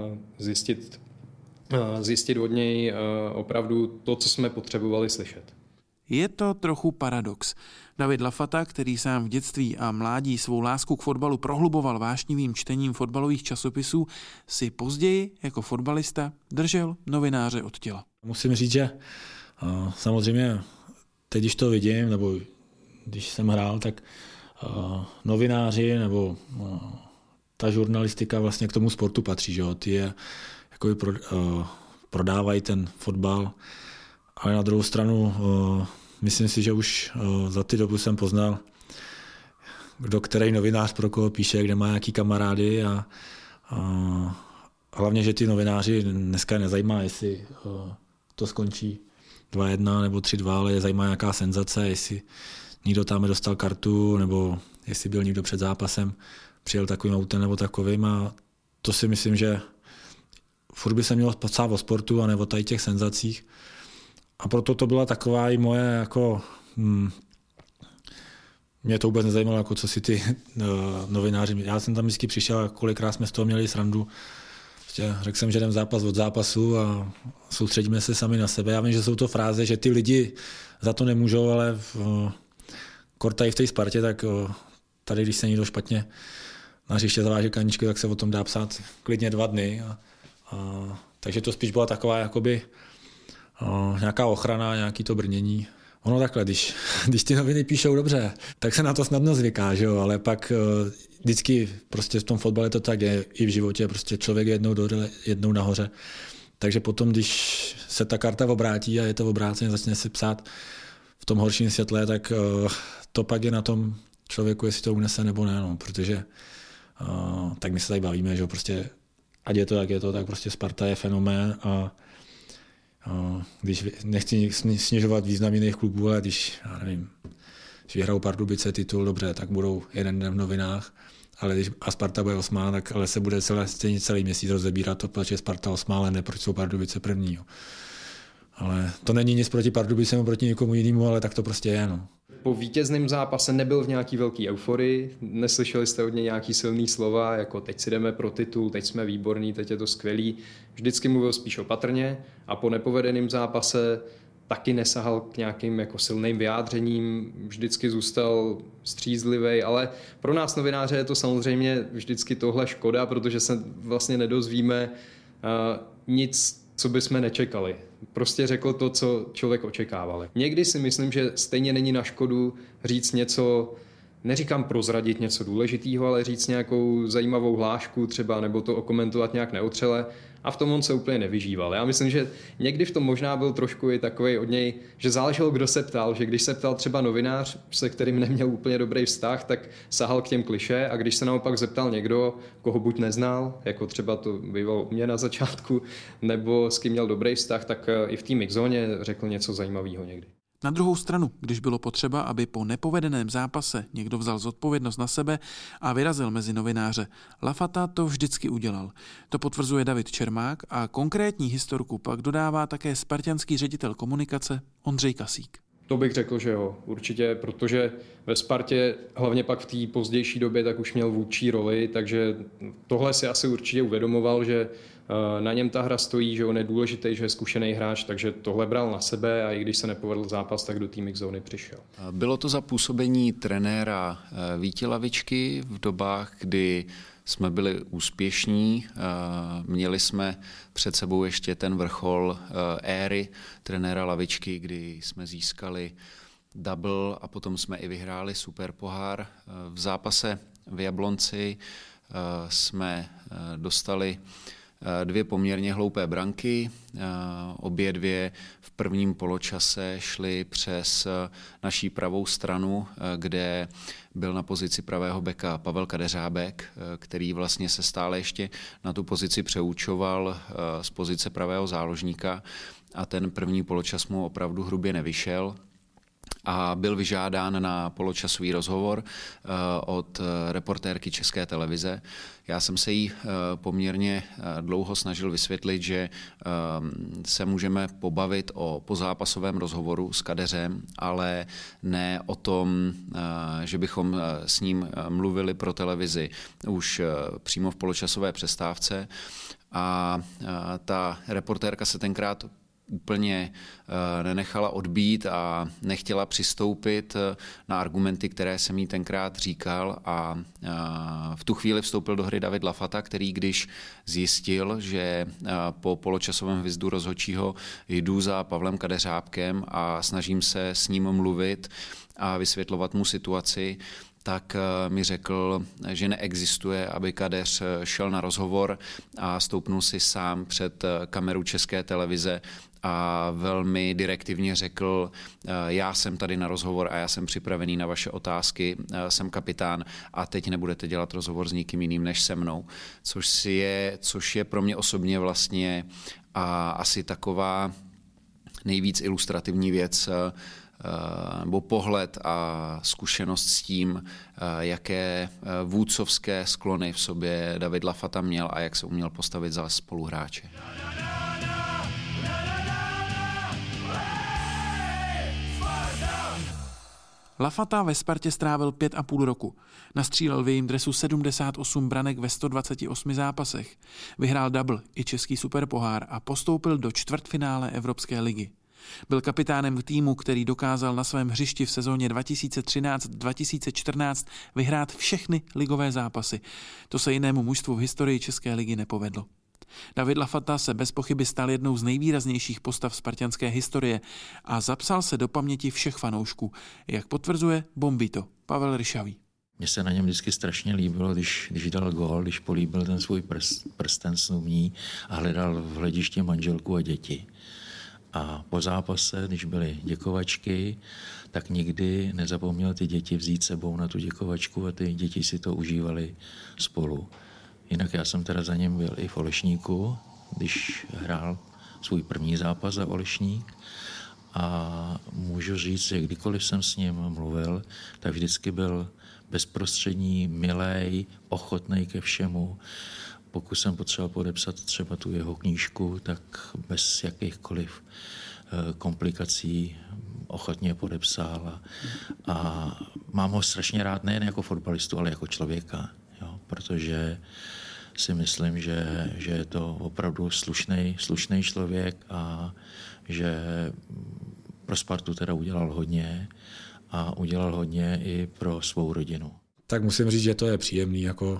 zjistit od něj opravdu to, co jsme potřebovali slyšet. Je to trochu paradox. David Lafata, který sám v dětství a mládí svou lásku k fotbalu prohluboval vášnivým čtením fotbalových časopisů, si později jako fotbalista držel novináře od těla. Musím říct, že samozřejmě teď, když to vidím, nebo když jsem hrál, tak novináři nebo ta žurnalistika vlastně k tomu sportu patří. Že? Ty je jako prodávají ten fotbal, ale na druhou stranu myslím si, že už za ty dobu jsem poznal, kdo který novinář pro koho píše, kde má nějaký kamarády a hlavně, že ty novináři dneska nezajímá, jestli to skončí 2-1 nebo 3-2, ale je zajímá nějaká senzace, jestli někdo tam dostal kartu, nebo jestli byl někdo před zápasem, přijel takovým autem nebo takovým, a to si myslím, že furt by se mělo psát o sportu a nebo tady těch senzacích. A proto to byla taková i moje, jako mě to vůbec nezajímalo, jako co si ty novináři. Já jsem tam vždycky přišel a kolikrát jsme z toho měli srandu. Řekl jsem, že jdem zápas od zápasu a soustředíme se sami na sebe. Já vím, že jsou to fráze, že ty lidi za to nemůžou, ale kortají v té Spartě, tak tady, když se někdo špatně na hřiště zaváže kaničky, tak se o tom dá psát klidně 2 dny. Takže to spíš byla taková jakoby nějaká ochrana, nějaký to brnění. Ono takhle, když ty noviny píšou dobře, tak se na to snadno zvyká, že jo? Ale pak vždycky prostě v tom fotbale to tak je, i v životě, prostě člověk je jednou dole, jednou nahoře. Takže potom, když se ta karta obrátí a je to obráceně, začne se psát v tom horším světle, tak to pak je na tom člověku, jestli to unese nebo ne, no, protože tak my se tady bavíme, že jo, prostě ať je to, jak je to, tak prostě Sparta je fenomén a když nechci snižovat význam jiných klubů, ale když, já nevím, když vyhrajou Pardubice titul, dobře, tak budou jeden den v novinách, ale když a Sparta bude 8, tak ale se bude celý měsíc rozebírat to, proč je Sparta 8, ale ne proč jsou Pardubice první. Jo. Ale to není nic proti Pardubicemu, proti nikomu jinému, ale tak to prostě je. No. Po vítězném zápase nebyl v nějaký velký euforii, neslyšeli jste od něj nějaký silný slova, jako teď si jdeme pro titul, teď jsme výborní, teď je to skvělý. Vždycky mluvil spíš opatrně a po nepovedeném zápase taky nesahal k nějakým jako silným vyjádřením, vždycky zůstal střízlivý, ale pro nás novináře je to samozřejmě vždycky tohle škoda, protože se vlastně nedozvíme nic, co bychom nečekali. Prostě řekl to, co člověk očekával. Někdy si myslím, že stejně není na škodu říct něco, neříkám prozradit něco důležitého, ale říct nějakou zajímavou hlášku třeba, nebo to okomentovat nějak neotřele, a v tom on se úplně nevyžíval. Já myslím, že někdy v tom možná byl trošku i takovej od něj, že záleželo, kdo se ptal, že když se ptal třeba novinář, se kterým neměl úplně dobrý vztah, tak sahal k těm klišé, a když se naopak zeptal někdo, koho buď neznal, jako třeba to bývalo u mě na začátku, nebo s kým měl dobrý vztah, tak i v té mixzóně řekl něco zajímavého někdy. Na druhou stranu, když bylo potřeba, aby po nepovedeném zápase někdo vzal zodpovědnost na sebe a vyrazil mezi novináře, Lafata to vždycky udělal. To potvrzuje David Čermák a konkrétní historku pak dodává také spartanský ředitel komunikace Ondřej Kasík. To bych řekl, že jo, určitě, protože ve Spartě, hlavně pak v té pozdější době, tak už měl vůdčí roli, takže tohle si asi určitě uvědomoval, že na něm ta hra stojí, že on je důležitý, že je zkušený hráč, takže tohle bral na sebe, a i když se nepovedl zápas, tak do té mixzóny přišel. Bylo to za působení trenéra Víti Lavičky v dobách, kdy jsme byli úspěšní, měli jsme před sebou ještě ten vrchol éry trenéra Lavičky, kdy jsme získali double a potom jsme i vyhráli superpohár. V zápase v Jablonci jsme dostali 2 poměrně hloupé branky, obě 2 v prvním poločase šly přes naší pravou stranu, kde byl na pozici pravého beka Pavel Kadeřábek, který vlastně se stále ještě na tu pozici přeučoval z pozice pravého záložníka, a ten první poločas mu opravdu hrubě nevyšel. a byl vyžádán na poločasový rozhovor od reportérky České televize. Já jsem se jí poměrně dlouho snažil vysvětlit, že se můžeme pobavit o pozápasovém rozhovoru s Kadeřem, ale ne o tom, že bychom s ním mluvili pro televizi už přímo v poločasové přestávce. A ta reportérka se tenkrát úplně nenechala odbít a nechtěla přistoupit na argumenty, které jsem jí tenkrát říkal, a v tu chvíli vstoupil do hry David Lafata, který když zjistil, že po poločasovém hvizdu rozhodčího jdu za Pavlem Kadeřábkem a snažím se s ním mluvit a vysvětlovat mu situaci, tak mi řekl, že neexistuje, aby Kadeř šel na rozhovor a stoupnul si sám před kameru České televize a velmi direktivně řekl, já jsem tady na rozhovor a já jsem připravený na vaše otázky, jsem kapitán a teď nebudete dělat rozhovor s nikým jiným než se mnou, což je pro mě osobně vlastně asi taková nejvíc ilustrativní věc, nebo pohled a zkušenost s tím, jaké vůdcovské sklony v sobě David Lafata měl a jak se uměl postavit za spoluhráče. Lafata ve Spartě strávil 5,5 roku. Nastřílel v jejím dresu 78 branek ve 128 zápasech. Vyhrál double i český superpohár a postoupil do čtvrtfinále Evropské ligy. Byl kapitánem týmu, který dokázal na svém hřišti v sezóně 2013-2014 vyhrát všechny ligové zápasy. To se jinému mužstvu v historii České ligy nepovedlo. David Lafata se bez pochyby stal jednou z nejvýraznějších postav spartanské historie a zapsal se do paměti všech fanoušků, jak potvrzuje Bombito Pavel Ryšavý. Mně se na něm vždycky strašně líbilo, když dal gól, když políbil ten svůj prsten snubní a hledal v hledišti manželku a děti. A po zápase, když byly děkovačky, tak nikdy nezapomněl ty děti vzít sebou na tu děkovačku a ty děti si to užívali spolu. Jinak já jsem teda za něm byl i v Olešníku, když hrál svůj první zápas za Olešník, a můžu říct, že kdykoliv jsem s ním mluvil, tak vždycky byl bezprostřední, milej, ochotnej ke všemu. Pokud jsem potřeboval podepsat třeba tu jeho knížku, tak bez jakýchkoliv komplikací ochotně podepsal. A mám ho strašně rád nejen jako fotbalistu, ale jako člověka. Jo? Protože si myslím, že je to opravdu slušný člověk a že pro Spartu teda udělal hodně a udělal hodně i pro svou rodinu. Tak musím říct, že to je příjemný, jako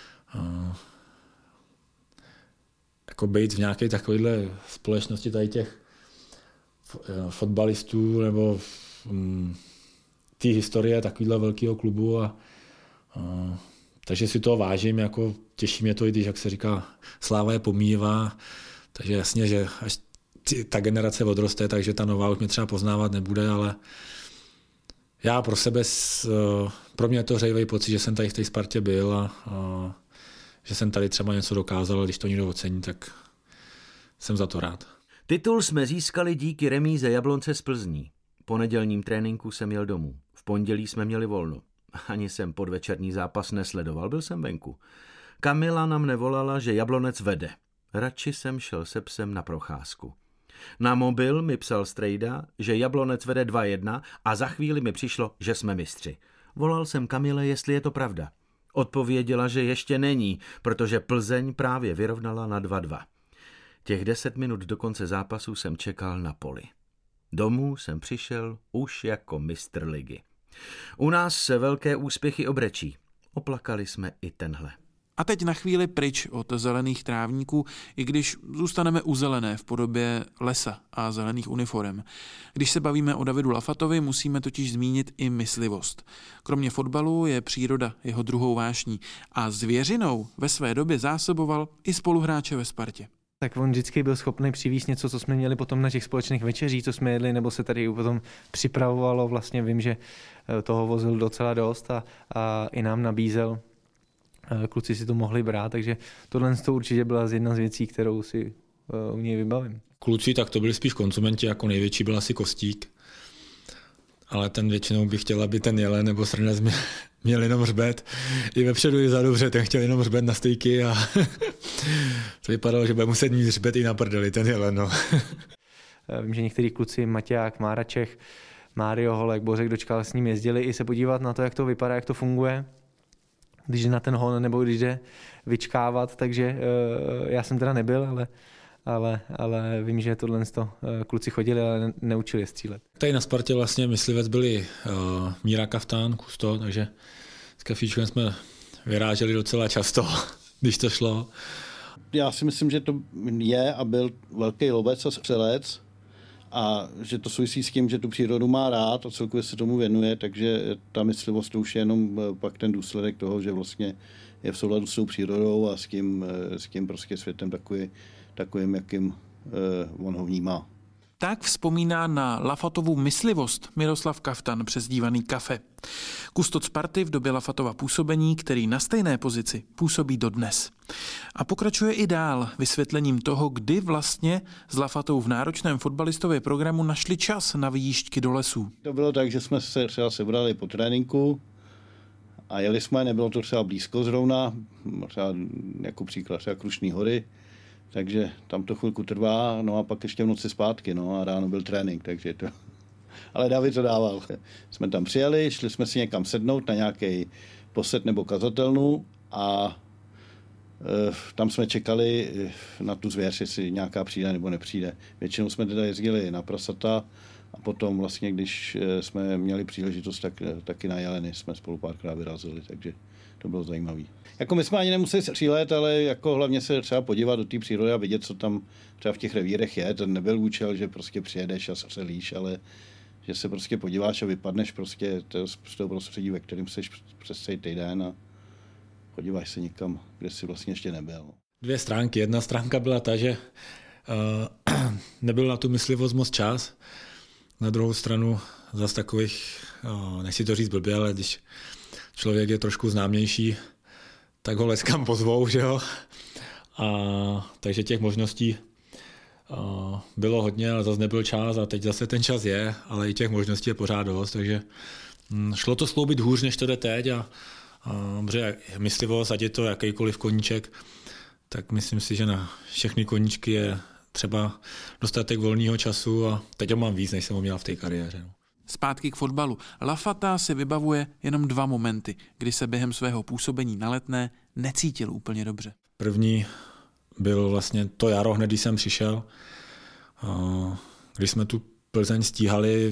být v nějaké takovéhle společnosti tady těch fotbalistů nebo té historie takového velkého klubu takže si toho vážím, jako těší mě to, i když, jak se říká, sláva je pomíjivá, takže jasně, že až ta generace odroste, takže ta nová už mě třeba poznávat nebude, ale já pro sebe, pro mě je to hřejivý pocit, že jsem tady v té Spartě byl a že jsem tady třeba něco dokázal, když to někdo ocení, tak jsem za to rád. Titul jsme získali díky remíze Jablonce z Plzní. Po nedělním tréninku jsem jel domů. V pondělí jsme měli volno. Ani jsem podvečerní zápas nesledoval, byl jsem venku. Kamila nám nevolala, že Jablonec vede. Radši jsem šel se psem na procházku. Na mobil mi psal strejda, že Jablonec vede 2-1 a za chvíli mi přišlo, že jsme mistři. Volal jsem Kamile, jestli je to pravda. Odpověděla, že ještě není, protože Plzeň právě vyrovnala na 2-2. Těch 10 minut do konce zápasu jsem čekal na poli. Domů jsem přišel už jako mistr ligy. U nás se velké úspěchy obrečí. Oplakali jsme i tenhle. A teď na chvíli pryč od zelených trávníků, i když zůstaneme u zelené v podobě lesa a zelených uniform. Když se bavíme o Davidu Lafatovi, musíme totiž zmínit i myslivost. Kromě fotbalu je příroda jeho druhou vášní a zvěřinou ve své době zásoboval i spoluhráče ve Spartě. Tak on vždycky byl schopný přivést něco, co jsme měli potom na těch společných večeřích, co jsme jedli, nebo se tady potom připravovalo. Vlastně vím, že toho vozil docela dost a i nám nabízel. Kluci si to mohli brát, takže tohle určitě byla jedna z věcí, kterou si u něj vybavím. Kluci, tak to byli spíš konzumenti, jako největší byl asi Kostík. ale ten většinou by chtěl, aby ten jelen nebo srnec měl jenom hřbet. I vepředu, i vzadu, ten chtěl jenom hřbet na stejky a to vypadalo, že bude muset mít hřbet i na prdeli, ten jelen. No. Vím, že některý kluci, Maťák, Mára Čech, Mário Holek, Bořek Dočkal s ním jezdili i se podívat na to, jak to vypadá, jak to funguje, když jde na ten hon nebo když jde vyčkávat, takže já jsem teda nebyl, ale vím, že tohle kluci chodili, ale neučili střílet. Tady na Spartě vlastně myslivec byli Míra Kaftán, Kusto, takže s Kafíčkem jsme vyráželi docela často, když to šlo. Já si myslím, že to je a byl velký lovec a střelec a že to souvisí s tím, že tu přírodu má rád a celkově se tomu věnuje, takže ta myslivost to už je jenom pak ten důsledek toho, že vlastně je v souladu s tou přírodou a s tím prostě světem takovým, jakým on ho vnímá. Tak vzpomíná na Lafatovu myslivost Miroslav Kaftan, přezdívaný Kafe. Kustot Sparty v době Lafatova působení, který na stejné pozici působí dodnes. A pokračuje i dál vysvětlením toho, kdy vlastně s Lafatou v náročném fotbalistově programu našli čas na výjížďky do lesů. To bylo tak, že jsme se třeba sebrali po tréninku a jeli jsme, nebylo to třeba blízko zrovna, třeba jako příklad třeba Krušný hory, takže tam to chvilku trvá, no a pak ještě v noci zpátky, no a ráno byl trénink, takže to... Ale David to dával. Jsme tam přijeli, šli jsme si někam sednout na nějaký posed nebo kazatelnu a tam jsme čekali na tu zvěř, jestli nějaká přijde nebo nepřijde. Většinou jsme teda jezdili na prasata a potom vlastně, když jsme měli příležitost, tak taky na jeleny jsme spolu párkrát vyrazili, takže to bylo zajímavé. Jako my jsme ani nemuseli střílet, ale jako hlavně se třeba podívat do té přírody a vidět, co tam třeba v těch revírech je. To nebyl účel, že prostě přijedeš a střelíš, ale že se prostě podíváš a vypadneš prostě z toho prostředí, ve kterém jsi přes celý týden a podíváš se někam, kde jsi vlastně ještě nebyl. Dvě stránky. Jedna stránka byla ta, že nebyl na tu myslivost moc čas. Na druhou stranu zase takových, nechci to říct blbě, ale když člověk je trošku známější, tak ho leskam pozvou, že jo. Takže těch možností bylo hodně, ale zase nebyl čas a teď zase ten čas je, ale i těch možností je pořád dost, takže šlo to skloubit hůř, než to jde teď a myslivost, ať je to jakýkoliv koníček, tak myslím si, že na všechny koníčky je třeba dostatek volného času a teď ho mám víc, než jsem ho měl v té kariéře. No. Zpátky k fotbalu. Lafata si vybavuje jenom 2 momenty, kdy se během svého působení na Letné necítil úplně dobře. První byl vlastně to jaro, hned když jsem přišel, když jsme tu Plzeň stíhali,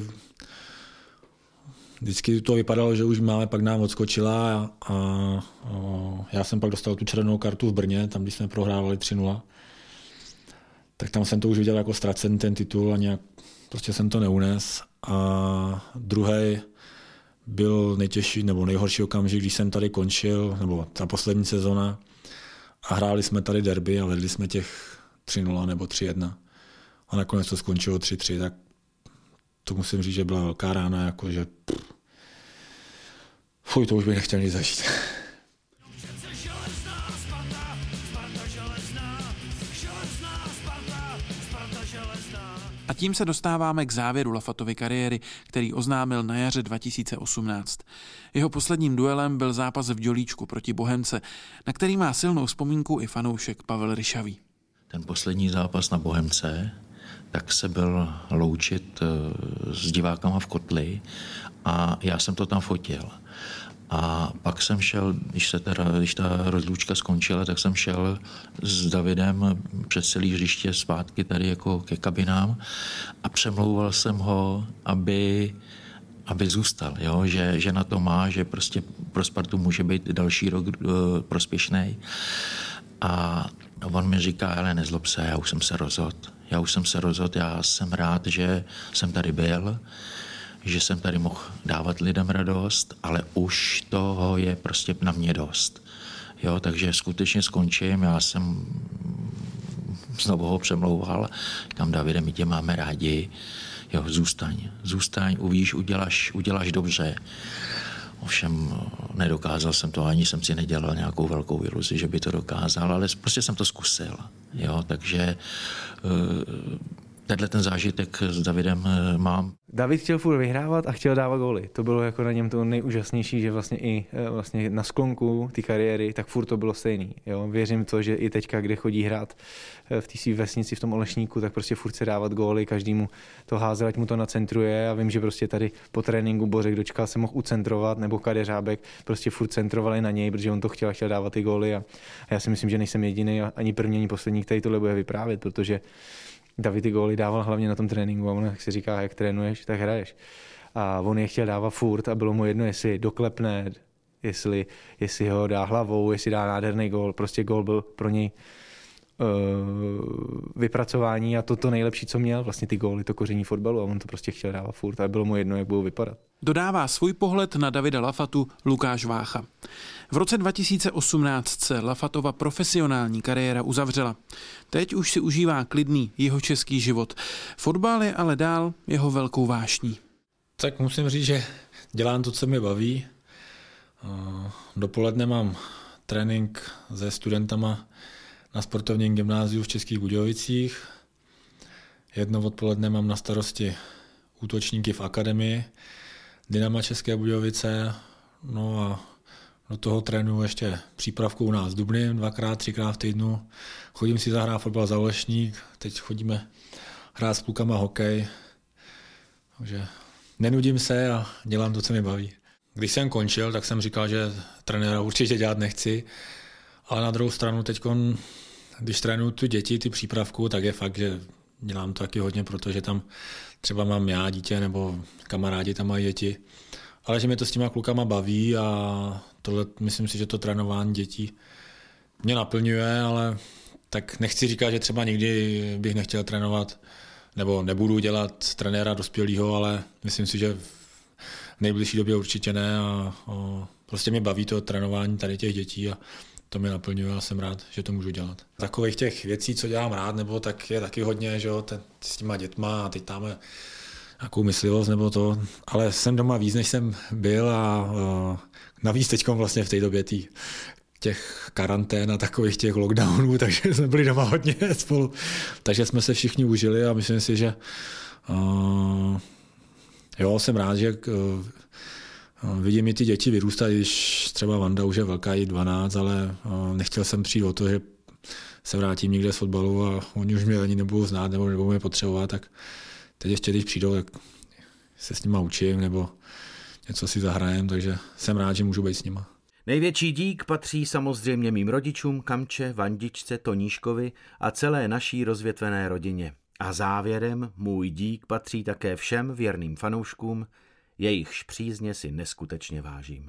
vždycky to vypadalo, že už máme, pak nám odskočila a já jsem pak dostal tu červenou kartu v Brně, tam když jsme prohrávali 3-0, tak tam jsem to už viděl jako ztracený ten titul a nějak prostě jsem to neunes. A druhý byl nejtěžší nebo nejhorší okamžik, když jsem tady končil, nebo ta poslední sezona a hráli jsme tady derby a vedli jsme těch 3-0 nebo 3-1 a nakonec to skončilo 3-3, tak to musím říct, že byla velká rána, jakože to už bych nechtěl nic zažít. A tím se dostáváme k závěru Lafatovy kariéry, který oznámil na jaře 2018. Jeho posledním duelem byl zápas v Dělíčku proti Bohemce, na který má silnou vzpomínku i fanoušek Pavel Ryšavý. Ten poslední zápas na Bohemce, tak se byl loučit s divákama v Kotli a já jsem to tam fotil. A pak jsem šel, když ta rozlučka skončila, tak jsem šel s Davidem přes celý hřiště zpátky tady jako ke kabinám a přemlouval jsem ho, aby zůstal, jo? Že na to má, že prostě pro Spartu může být další rok prospěšný. A on mi říká, ale nezlob se, já už jsem se rozhodl, já jsem rád, že jsem tady byl, že jsem tady mohl dávat lidem radost, ale už toho je prostě na mě dost. Jo, takže skutečně skončím, já jsem znovu ho přemlouval, říkám, Davide, my tě máme rádi, jo, zůstaň, uvidíš, uděláš dobře. Ovšem nedokázal jsem to, ani jsem si nedělal nějakou velkou iluzi, že by to dokázal, ale prostě jsem to zkusil. Jo, takže tenhle ten zážitek s Davidem mám. David chtěl furt vyhrávat a chtěl dávat góly. To bylo jako na něm to nejúžasnější, že vlastně i vlastně na sklonku té kariéry, tak furt to bylo stejný. Jo? Věřím to, že i teďka, kde chodí hrát v té své vesnici v tom Olešníku, tak prostě furt chce dávat góly, každému to házel, ať mu to nacentruje a vím, že prostě tady po tréninku Bořek Dočkal se mohl ucentrovat, nebo Kadeřábek prostě furt centrovali na něj, protože on to chtěl dávat ty góly a já si myslím, že nejsem jediný a ani první, ani poslední, který tohle bude vyprávět, protože David ty góly dával hlavně na tom tréninku a on, jak si říká, jak trénuješ, tak hraješ. A on je chtěl dávat furt a bylo mu jedno, jestli doklepne, jestli ho dá hlavou, jestli dá nádherný gól. Prostě gól byl pro něj vypracování a to nejlepší, co měl, vlastně ty góly, to koření fotbalu a on to prostě chtěl dávat furt a bylo mu jedno, jak budou vypadat. Dodává svůj pohled na Davida Lafatu Lukáš Vácha. V roce 2018 se Lafatova profesionální kariéra uzavřela. Teď už si užívá klidný jihočeský život. Fotbal je ale dál jeho velkou vášní. Tak musím říct, že dělám to, co mě baví. Dopoledne mám trénink se studentama na sportovním gymnáziu v Českých Budějovicích. Jedno odpoledne mám na starosti útočníky v akademii Dynama České Budějovice. No a do toho trénuju ještě přípravku u nás v Dubny 2x, 3x v týdnu. Chodím si zahrát fotbal za Olešník, teď chodíme hrát s klukama hokej. Takže nenudím se a dělám to, co mě baví. Když jsem končil, tak jsem říkal, že trenéra určitě dělat nechci, ale na druhou stranu teď, když trénuju ty děti, ty přípravku, tak je fakt, že dělám to taky hodně, protože tam třeba mám já dítě nebo kamarádi tam mají děti, ale že mě to s těma klukama baví a tohle, myslím si, že to trénování dětí mě naplňuje, ale tak nechci říkat, že třeba nikdy bych nechtěl trénovat nebo nebudu dělat trenéra dospělého, ale myslím si, že v nejbližší době určitě ne a prostě mě baví to trénování tady těch dětí a to mě naplňuje a jsem rád, že to můžu dělat. Takových těch věcí, co dělám rád, nebo tak je taky hodně, že jo, s těma dětma a teď tam nějakou myslivost nebo to, ale jsem doma víc, než jsem byl a navíc teďkom vlastně v té době těch karantén a takových těch lockdownů, takže jsme byli doma hodně spolu. Takže jsme se všichni užili a myslím si, že jo, jsem rád, že vidím i ty děti vyrůstat, když třeba Vanda už je velká, i 12, ale nechtěl jsem přijít o to, že se vrátím někde z fotbalu a oni už mě ani nebudou znát nebo nebudou mě potřebovat, tak teď ještě, když přijdou, tak se s nima učím nebo něco si zahrajem, takže jsem rád, že můžu být s nima. Největší dík patří samozřejmě mým rodičům, Kamče, Vandičce, Toníškovi a celé naší rozvětvené rodině. A závěrem můj dík patří také všem věrným fanouškům, jejichž přízně si neskutečně vážím.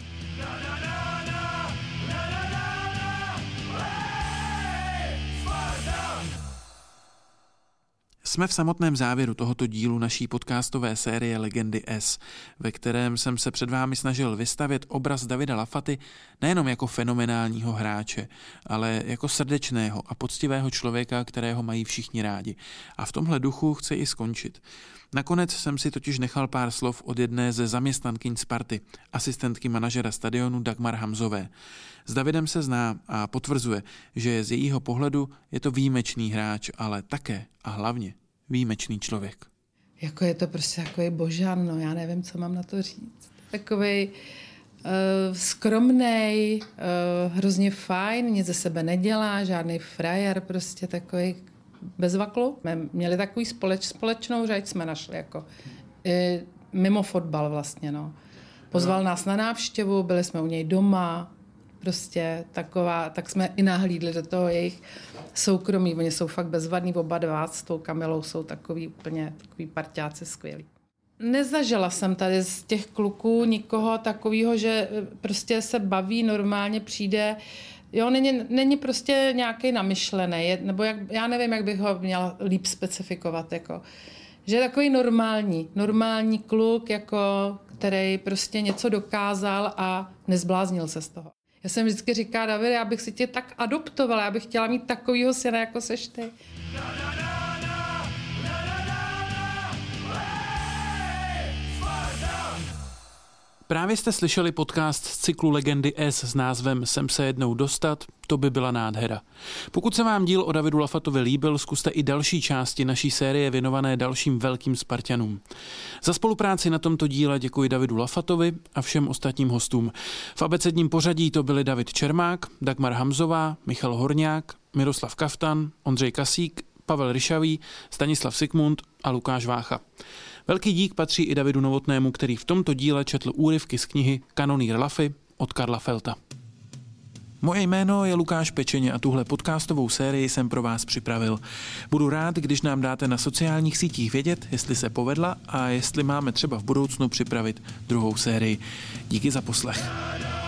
Jsme v samotném závěru tohoto dílu naší podcastové série Legendy S, ve kterém jsem se před vámi snažil vystavět obraz Davida Lafaty nejenom jako fenomenálního hráče, ale jako srdečného a poctivého člověka, kterého mají všichni rádi. A v tomhle duchu chci i skončit. Nakonec jsem si totiž nechal pár slov od jedné ze zaměstnankyň Sparty, asistentky manažera stadionu Dagmar Hamzové. S Davidem se zná a potvrzuje, že z jejího pohledu je to výjimečný hráč, ale také a hlavně výjimečný člověk. Jako je to prostě takový božan, no já nevím, co mám na to říct. Takovej skromnej, hrozně fajn, nic ze sebe nedělá, žádný frajer, prostě takový bez vaklu. My měli takový společnou řeč, jsme našli jako mimo fotbal vlastně, no. Pozval nás na návštěvu, byli jsme u něj doma, prostě taková, tak jsme i nahlídli do toho jejich soukromí. Oni jsou fakt bezvadní, oba dva s tou Kamilou jsou takový parťáci skvělí. Nezažila jsem tady z těch kluků nikoho takového, že prostě se baví, normálně přijde. Jo, není prostě nějaký namyšlený, nebo já nevím, jak bych ho měla líp specifikovat, jako. Že je takový normální kluk, jako, který prostě něco dokázal a nezbláznil se z toho. Já jsem vždycky říkala, David, já bych si tě tak adoptovala, já bych chtěla mít takovýho syna, jako seš ty. Právě jste slyšeli podcast z cyklu Legendy S s názvem Sem se jednou dostat, to by byla nádhera. Pokud se vám díl o Davidu Lafatovi líbil, zkuste i další části naší série věnované dalším velkým Spartanům. Za spolupráci na tomto díle děkuji Davidu Lafatovi a všem ostatním hostům. V abecedním pořadí to byli David Čermák, Dagmar Hamzová, Michal Horňák, Miroslav Kaftan, Ondřej Kasík, Pavel Ryšavý, Stanislav Sikmund a Lukáš Vácha. Velký dík patří i Davidu Novotnému, který v tomto díle četl úryvky z knihy Kanonýr Lafy od Karla Felta. Moje jméno je Lukáš Pečeně a tuhle podcastovou sérii jsem pro vás připravil. Budu rád, když nám dáte na sociálních sítích vědět, jestli se povedla a jestli máme třeba v budoucnu připravit druhou sérii. Díky za poslech.